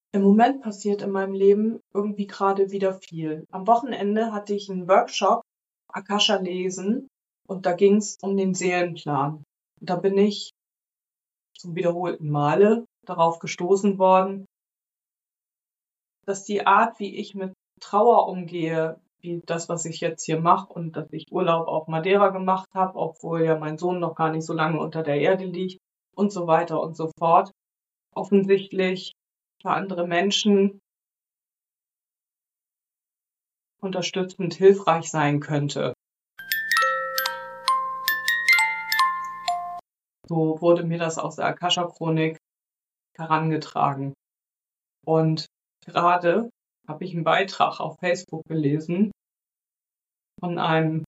Im Moment passiert in meinem Leben irgendwie gerade wieder viel. Am Wochenende hatte ich einen Workshop, Akasha lesen, und da ging es um den Seelenplan. Und da bin ich zum wiederholten Male darauf gestoßen worden, dass die Art, wie ich mit Trauer umgehe, wie das, was ich jetzt hier mache und dass ich Urlaub auf Madeira gemacht habe, obwohl ja mein Sohn noch gar nicht so lange unter der Erde liegt und so weiter und so fort, offensichtlich für andere Menschen unterstützend hilfreich sein könnte. So wurde mir das aus der Akasha-Chronik herangetragen. Und gerade habe ich einen Beitrag auf Facebook gelesen von einem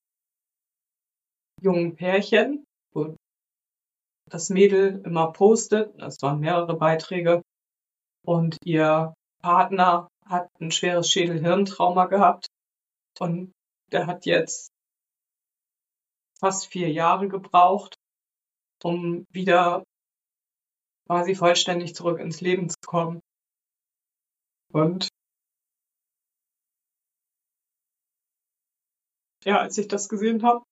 jungen Pärchen, wo das Mädel immer postet, es waren mehrere Beiträge, und ihr Partner hat ein schweres Schädel-Hirntrauma gehabt und der hat jetzt fast 4 Jahre gebraucht, um wieder quasi vollständig zurück ins Leben zu kommen. Und ja, als ich das gesehen habe,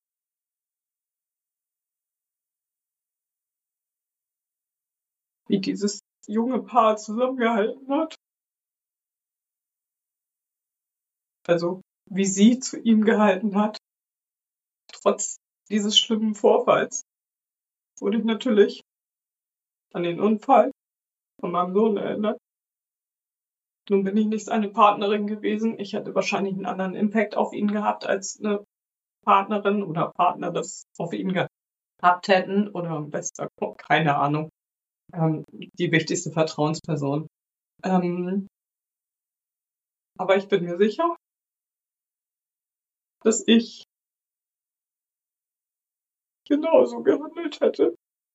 wie dieses junge Paar zusammengehalten hat, also wie sie zu ihm gehalten hat, trotz dieses schlimmen Vorfalls, wurde ich natürlich an den Unfall von meinem Sohn erinnert. Nun bin ich nicht seine Partnerin gewesen. Ich hätte wahrscheinlich einen anderen Impact auf ihn gehabt, als eine Partnerin oder Partner das auf ihn gehabt hätten oder bester, keine Ahnung, die wichtigste Vertrauensperson. Ähm, aber ich bin mir sicher, dass ich genauso gehandelt hätte,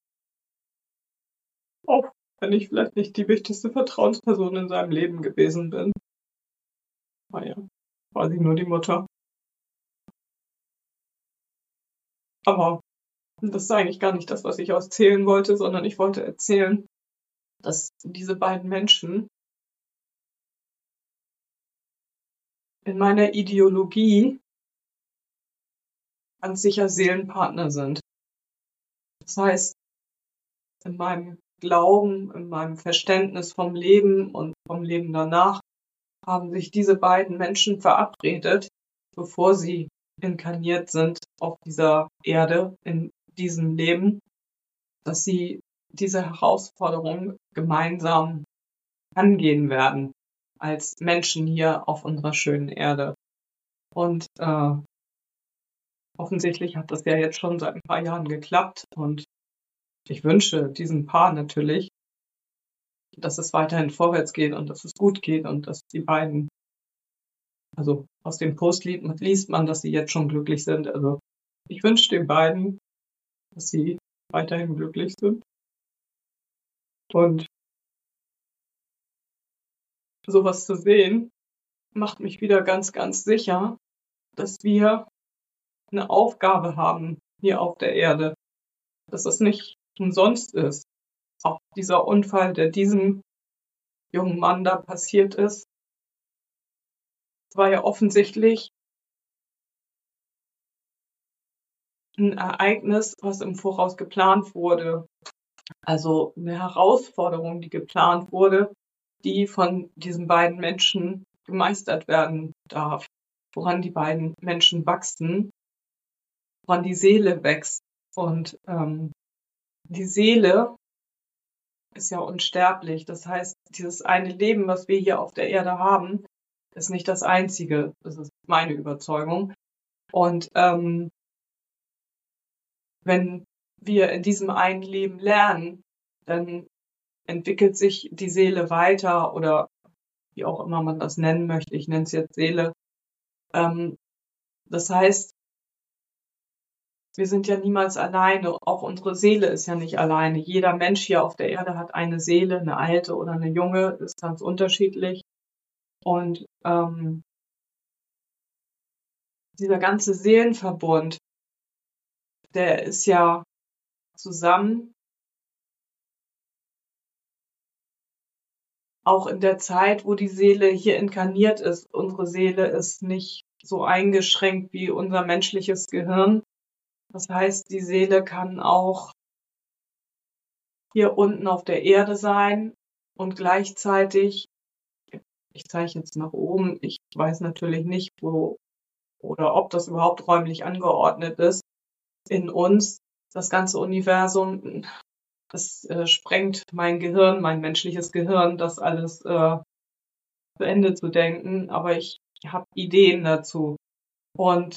auch wenn ich vielleicht nicht die wichtigste Vertrauensperson in seinem Leben gewesen bin. War ja quasi nur die Mutter. Aber das ist eigentlich gar nicht das, was ich erzählen wollte, sondern ich wollte erzählen, dass diese beiden Menschen in meiner Ideologie ganz sicher Seelenpartner sind. Das heißt, in meinem Glauben, in meinem Verständnis vom Leben und vom Leben danach haben sich diese beiden Menschen verabredet, bevor sie inkarniert sind auf dieser Erde, in diesem Leben, dass sie diese Herausforderung gemeinsam angehen werden als Menschen hier auf unserer schönen Erde. Und offensichtlich hat das ja jetzt schon seit ein paar Jahren geklappt. Und ich wünsche diesem Paar natürlich, dass es weiterhin vorwärts geht und dass es gut geht und dass die beiden, also aus dem Post liest man, dass sie jetzt schon glücklich sind. Also ich wünsche den beiden, dass sie weiterhin glücklich sind. Und sowas zu sehen, macht mich wieder ganz, ganz sicher, dass wir eine Aufgabe haben hier auf der Erde, dass das nicht umsonst ist. Auch dieser Unfall, der diesem jungen Mann da passiert ist, war ja offensichtlich ein Ereignis, was im Voraus geplant wurde. Also eine Herausforderung, die geplant wurde, die von diesen beiden Menschen gemeistert werden darf, woran die beiden Menschen wachsen, woran die Seele wächst. Und die Seele ist ja unsterblich. Das heißt, dieses eine Leben, was wir hier auf der Erde haben, ist nicht das einzige. Das ist meine Überzeugung. Und wenn wir in diesem einen Leben lernen, dann entwickelt sich die Seele weiter oder wie auch immer man das nennen möchte. Ich nenne es jetzt Seele. Das heißt, wir sind ja niemals alleine. Auch unsere Seele ist ja nicht alleine. Jeder Mensch hier auf der Erde hat eine Seele, eine alte oder eine junge, ist ganz unterschiedlich. Und dieser ganze Seelenverbund, der ist ja zusammen auch in der Zeit, wo die Seele hier inkarniert ist. Unsere Seele ist nicht so eingeschränkt wie unser menschliches Gehirn. Das heißt, die Seele kann auch hier unten auf der Erde sein und gleichzeitig, ich zeige jetzt nach oben, ich weiß natürlich nicht, wo oder ob das überhaupt räumlich angeordnet ist, in uns, das ganze Universum, das sprengt mein Gehirn, mein menschliches Gehirn, das alles zu Ende zu denken, aber ich habe Ideen dazu. Und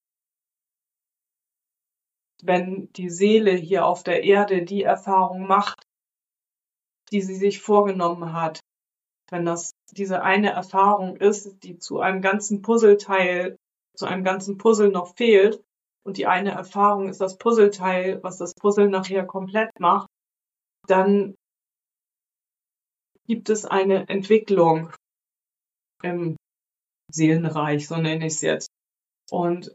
wenn die Seele hier auf der Erde die Erfahrung macht, die sie sich vorgenommen hat, wenn das diese eine Erfahrung ist, die zu einem ganzen Puzzleteil, zu einem ganzen Puzzle noch fehlt, und die eine Erfahrung ist das Puzzleteil, was das Puzzle nachher komplett macht, dann gibt es eine Entwicklung im Seelenreich, so nenne ich es jetzt. Und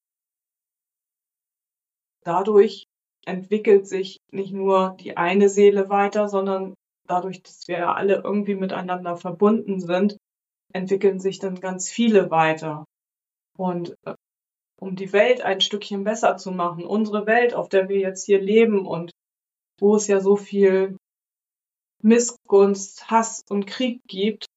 dadurch entwickelt sich nicht nur die eine Seele weiter, sondern dadurch, dass wir ja alle irgendwie miteinander verbunden sind, entwickeln sich dann ganz viele weiter. Und um die Welt ein Stückchen besser zu machen, unsere Welt, auf der wir jetzt hier leben und wo es ja so viel Missgunst, Hass und Krieg gibt,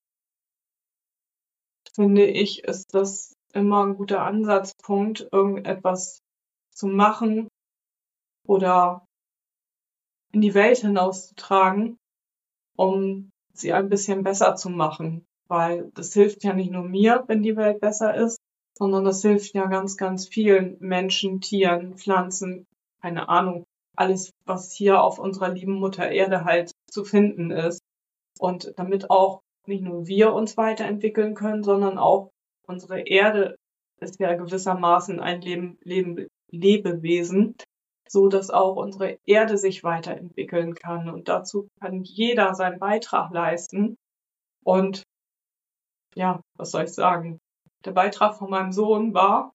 finde ich, ist das immer ein guter Ansatzpunkt, irgendetwas zu machen oder in die Welt hinauszutragen, um sie ein bisschen besser zu machen. Weil das hilft ja nicht nur mir, wenn die Welt besser ist, sondern das hilft ja ganz, ganz vielen Menschen, Tieren, Pflanzen, keine Ahnung, alles, was hier auf unserer lieben Mutter Erde halt zu finden ist. Und damit auch nicht nur wir uns weiterentwickeln können, sondern auch unsere Erde ist ja gewissermaßen ein Lebewesen, so dass auch unsere Erde sich weiterentwickeln kann. Und dazu kann jeder seinen Beitrag leisten. Und ja, was soll ich sagen? Der Beitrag von meinem Sohn war,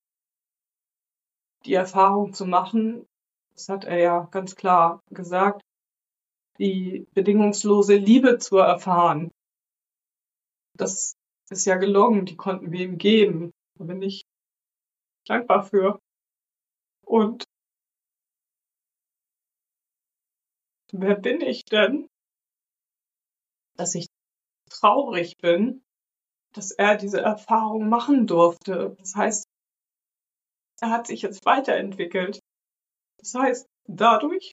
die Erfahrung zu machen, das hat er ja ganz klar gesagt, die bedingungslose Liebe zu erfahren. Das ist ja gelungen, die konnten wir ihm geben. Da bin ich dankbar für. Und wer bin ich denn, dass ich traurig bin, dass er diese Erfahrung machen durfte? Das heißt, er hat sich jetzt weiterentwickelt. Das heißt, dadurch,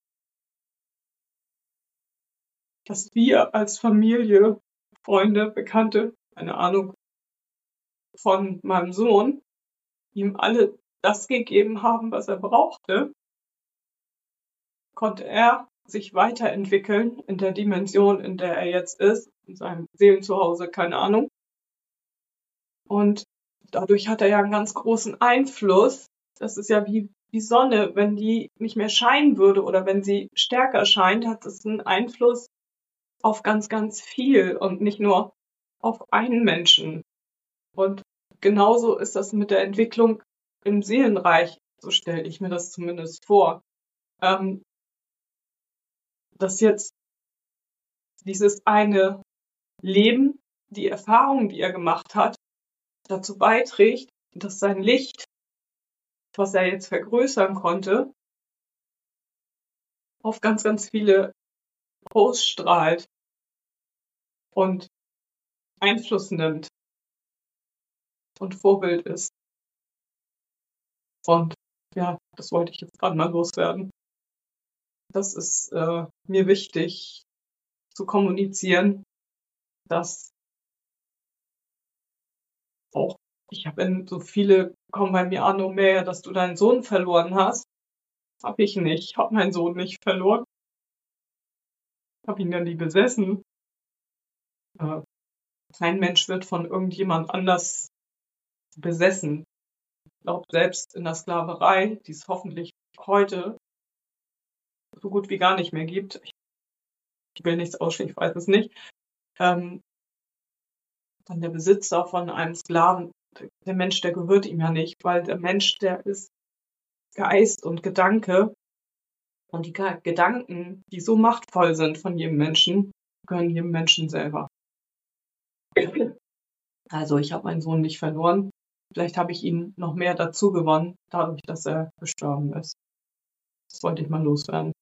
dass wir als Familie, Freunde, Bekannte, keine Ahnung, von meinem Sohn, ihm alle das gegeben haben, was er brauchte, konnte er sich weiterentwickeln in der Dimension, in der er jetzt ist, in seinem Seelenzuhause, keine Ahnung. Und dadurch hat er ja einen ganz großen Einfluss. Das ist ja wie die Sonne, wenn die nicht mehr scheinen würde oder wenn sie stärker scheint, hat es einen Einfluss auf ganz, ganz viel und nicht nur auf einen Menschen. Und genauso ist das mit der Entwicklung im Seelenreich, so stelle ich mir das zumindest vor. Dass jetzt dieses eine Leben, die Erfahrung, die er gemacht hat, dazu beiträgt, dass sein Licht, was er jetzt vergrößern konnte, auf ganz, ganz viele ausstrahlt und Einfluss nimmt und Vorbild ist. Und ja, das wollte ich jetzt gerade mal loswerden. Das ist mir wichtig zu kommunizieren, dass auch, ich habe so viele kommen bei mir an, oh mehr, dass du deinen Sohn verloren hast. Habe ich nicht. Ich habe meinen Sohn nicht verloren. Ich habe ihn ja nie besessen. Kein Mensch wird von irgendjemand anders besessen. Ich glaube, selbst in der Sklaverei, die es hoffentlich heute so gut wie gar nicht mehr gibt, ich will nichts ausschließen, ich weiß es nicht, dann der Besitzer von einem Sklaven, der Mensch, der gehört ihm ja nicht, weil der Mensch, der ist Geist und Gedanke und die Gedanken, die so machtvoll sind von jedem Menschen, gehören jedem Menschen selber. Also ich habe meinen Sohn nicht verloren. Vielleicht habe ich ihn noch mehr dazu gewonnen, dadurch, dass er gestorben ist. Das wollte ich mal loswerden.